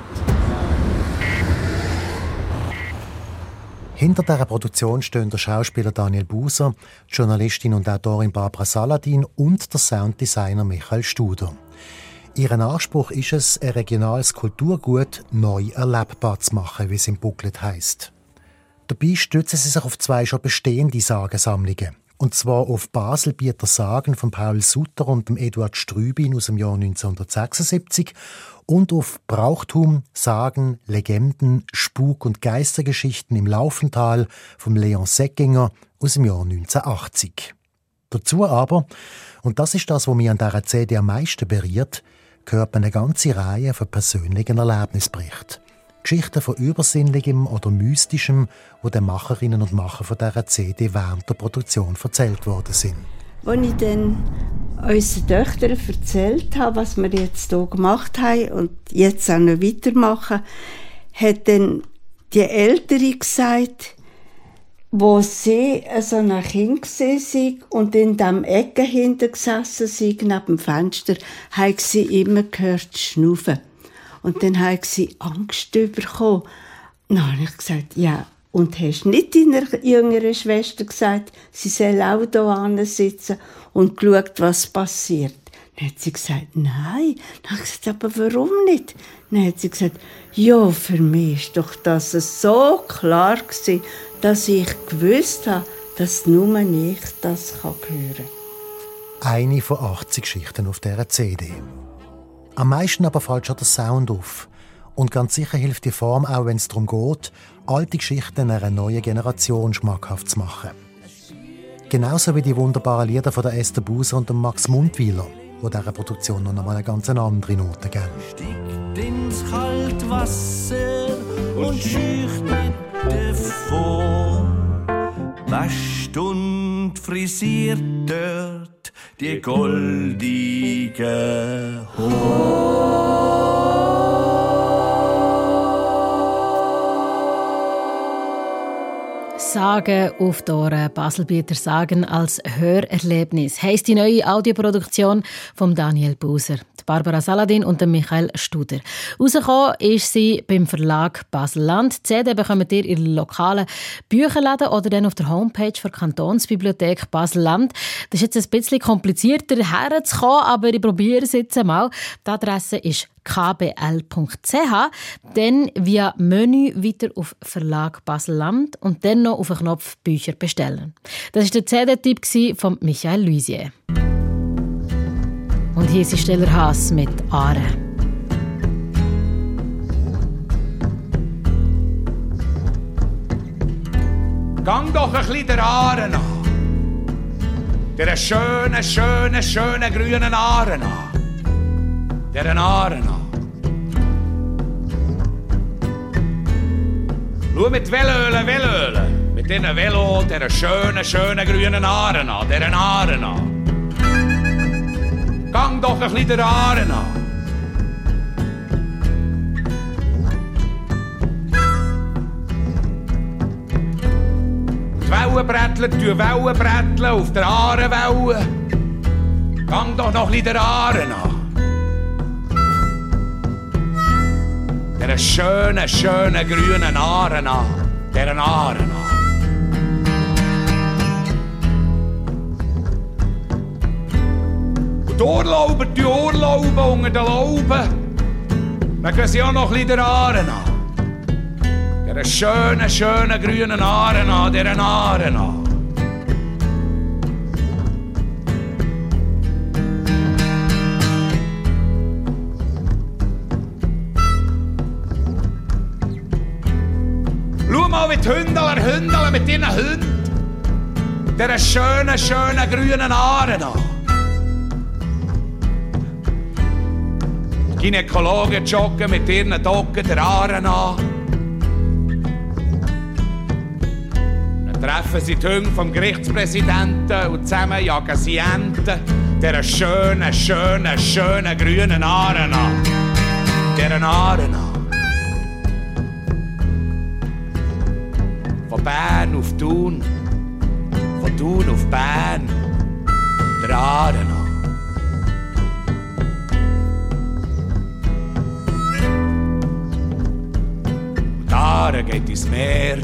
Hinter dieser Produktion stehen der Schauspieler Daniel Buser, die Journalistin und Autorin Barbara Saladin und der Sounddesigner Michael Studer. Ihren Anspruch ist es, ein regionales Kulturgut neu erlebbar zu machen, wie es im Booklet heisst. Dabei stützen sie sich auf zwei schon bestehende Sagensammlungen. Und zwar auf Baselbieter Sagen von Paul Sutter und dem Eduard Strübin aus dem Jahr neunzehnhundertsechsundsiebzig und auf Brauchtum, Sagen, Legenden, Spuk- und Geistergeschichten im Laufental von Leon Segginger aus dem Jahr neunzehnhundertachtzig. Dazu aber, und das ist das, was mich an dieser C D am meisten berührt, gehört eine ganze Reihe von persönlichen Erlebnisberichten. Geschichten von Übersinnlichem oder Mystischem, die den Macherinnen und Machern von dieser C D während der Produktion erzählt worden sind. Als ich dann unseren Töchtern erzählt habe, was wir jetzt hier gemacht haben und jetzt auch noch weitermachen, hat dann die Ältere gesagt, wo sie so ein Kind war und in dem Ecke hinten gesessen sei, neben dem Fenster, hat sie immer gehört schnaufen. Und dann hat sie Angst bekommen. Dann habe ich gesagt, ja, und hast nicht deiner jüngeren Schwester gesagt, sie soll auch hier sitzen und geschaut, was passiert? Dann hat sie gesagt, nein. Dann habe ich gesagt, aber warum nicht? Dann hat sie gesagt, ja, für mich war doch das so klar gewesen, dass ich gewusst habe, dass nur ich das hören kann. Eine von achtzig Geschichten auf dieser C D. Am meisten aber fällt schon der Sound auf. Und ganz sicher hilft die Form auch, wenn es darum geht, alte Geschichten einer neuen Generation schmackhaft zu machen. Genauso wie die wunderbaren Lieder von der Esther Buser und dem Max Mundwiler, die dieser Produktion noch einmal eine ganz andere Note geben. Steigt ins kalte Wasser und scheucht mit davon. Wäscht und frisiert dort die goldige Haare. Sagen auf die Ohren, Baselbieter Sagen als Hörerlebnis heisst die neue Audioproduktion von Daniel Buser, Barbara Saladin und Michael Studer. Rausgekommen ist sie beim Verlag Basel-Land. Die C D bekommt ihr in lokalen Bücherläden oder dann auf der Homepage der Kantonsbibliothek Basel-Land. Das ist jetzt ein bisschen komplizierter herzukommen, aber ich probiere es jetzt einmal. Die Adresse ist k b l punkt c h, dann via Menü weiter auf Verlag Basel-Land und dann noch auf den Knopf Bücher bestellen. Das war der C D-Tipp von Michael Luisier. Und hier ist Stiller Haas mit Aare. Gang doch ein bisschen der Aare nach. der schönen, schönen, schönen grünen Aaren an. Der Aaren an. Schau mit Velölen, Velölen, mit diesen Velo, der schönen, schönen grünen Aaren an, der Aaren an. Gang doch ein bisschen der Aaren an. Die Wellen bretteln, die Wellen bretteln auf der Aarenwelle. Gang doch noch ein bisschen der Aaren an. Der schönen, schönen grünen Aaren an, der Aaren an. Und die Urlauber, die Urlauber unter den Lauben, dann gehen sie auch noch ein bisschen der Aaren an. Der schönen, schönen grünen Aaren an, der Aaren an. Schau mal, wie die Hündler, Hündler mit ihren Hunden. Der schönen, schönen grünen Aaren an. Die Gynäkologen joggen mit ihren Docken der Aaren an. Dann treffen sie die Hunde vom Gerichtspräsidenten und zusammen jagen sie Enten. Der schönen, schönen, schönen grünen Aaren an. Der Aaren an. Von Bern auf Thun, von Thun auf Bern, der Aaren an. Und die Aare geht ins Meer.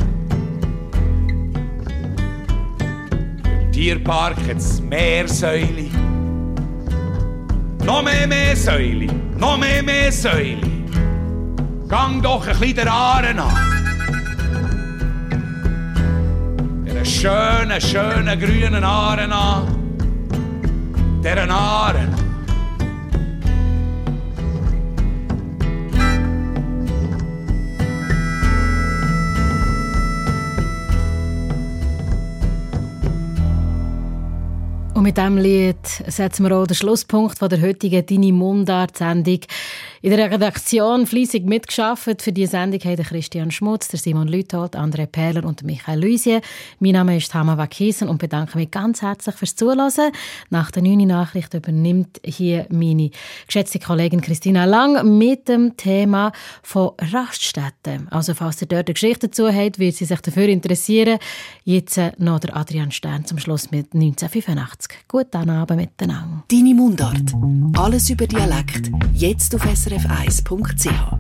Im Tierpark hat's Meersäule. Noch mehr Meersäule, noch mehr Meersäule. Gang doch ein bisschen der Aaren an. Schönen, schönen grünen Aaren an, der Aaren. Und mit diesem Lied setzen wir auch den Schlusspunkt von der heutigen «Deine Mundart»-Sendung. In der Redaktion fleissig mitgearbeitet für diese Sendung haben Christian Schmutz, der Simon Lüthold, André Perler und Michael Luisier. Mein Name ist Tama Wakiesen und bedanke mich ganz herzlich fürs Zuhören. Nach der neunten Nachricht übernimmt hier meine geschätzte Kollegin Christina Lang mit dem Thema von Raststätten. Also falls ihr dort eine Geschichte dazu habt, wird sie sich dafür interessieren. Jetzt noch der Adrian Stern zum Schluss mit neunzehnhundertfünfundachtzig. Guten Abend miteinander. Deine Mundart. Alles über Dialekt. Jetzt auf S R F eins Punkt C H.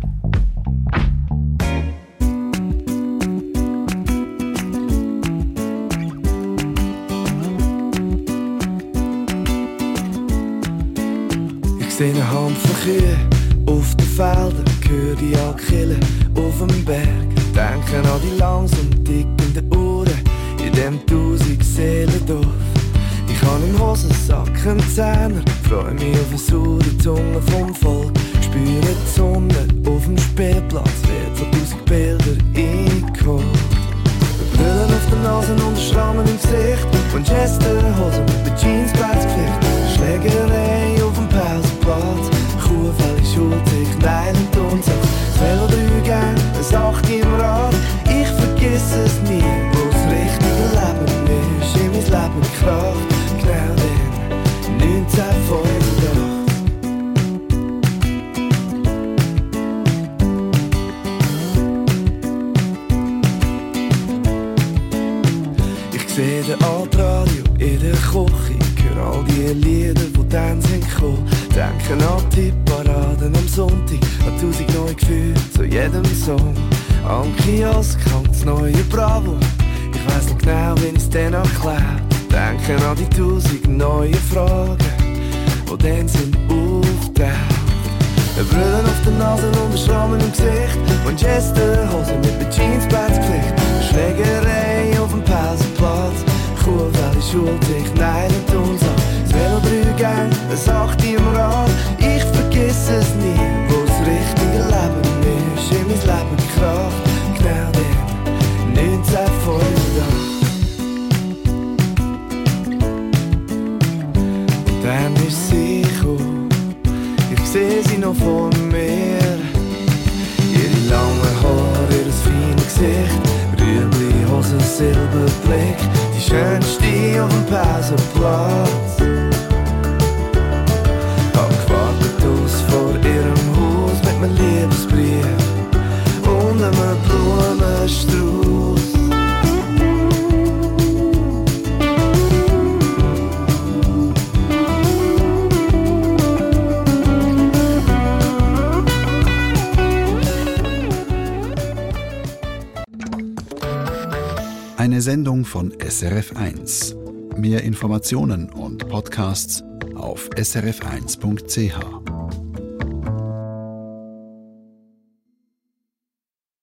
Ich sehe einen Haufen Kühe auf den Feldern, höre die Akillen auf dem Berg. Denke an die langsam tickenden Uhren in dem tausend Seelendorf. Ich habe im Hosensack einen Zehner, freue mich auf eine saure Zunge vom Volk. Spüre die Sonne auf dem Spielplatz, wird von tausend Bildern eingeholt. Brillen auf der Nase und Schrammen im Gesicht, Manchesterhosen mit den Jeansplatzgeflecht. Schlägerei auf dem Pausenplatz, Kuhfell, Schulzig, Neiland und so. Velo drei Gänge, ein Acht im Rad. Ich vergiss es nie, wo das richtige Leben ist in mein Leben gekracht. Genau dann, neunzehnhundertfünfundachtzig. Ich sehe den Altradio in der Küche, höre all die Lieder, die dann sind gekommen. Denke an die Paraden am Sonntag, an tausend neue Gefühle zu jedem Song. Am Kiosk hängt das neue Bravo, ich weiss noch genau, wie ich's dann erklärt. Denke an die tausend neue Fragen, die dann sind aufgetaucht. Brillen auf der Nase und Schrammen im Gesicht, Manchesterhosen mit den Jeansplatzgeflecht. Schlägerei auf dem Pausenplatz, Kuhfell, Schulzig, Neiland und so. Das Velo drei Gänge, ein Acht im Rad. Ich vergiss es nie, wo das richtige Leben ist in mein Leben gekracht. Genau dann, neunzehnhundertfünfundachtzig. Dann ist sie gekommen, ich seh sie noch vor mir. Ihre langen Haare, ihr feines Gesicht, Rüebli, Hosen, Silberblick, die schönste auf dem Pausenplatz. Hab gewartet aus vor ihrem Haus mit einem Liebesbrief und einem Blumenstrauß. Eine Sendung von S R F eins. Mehr Informationen und Podcasts auf s r f eins punkt c h.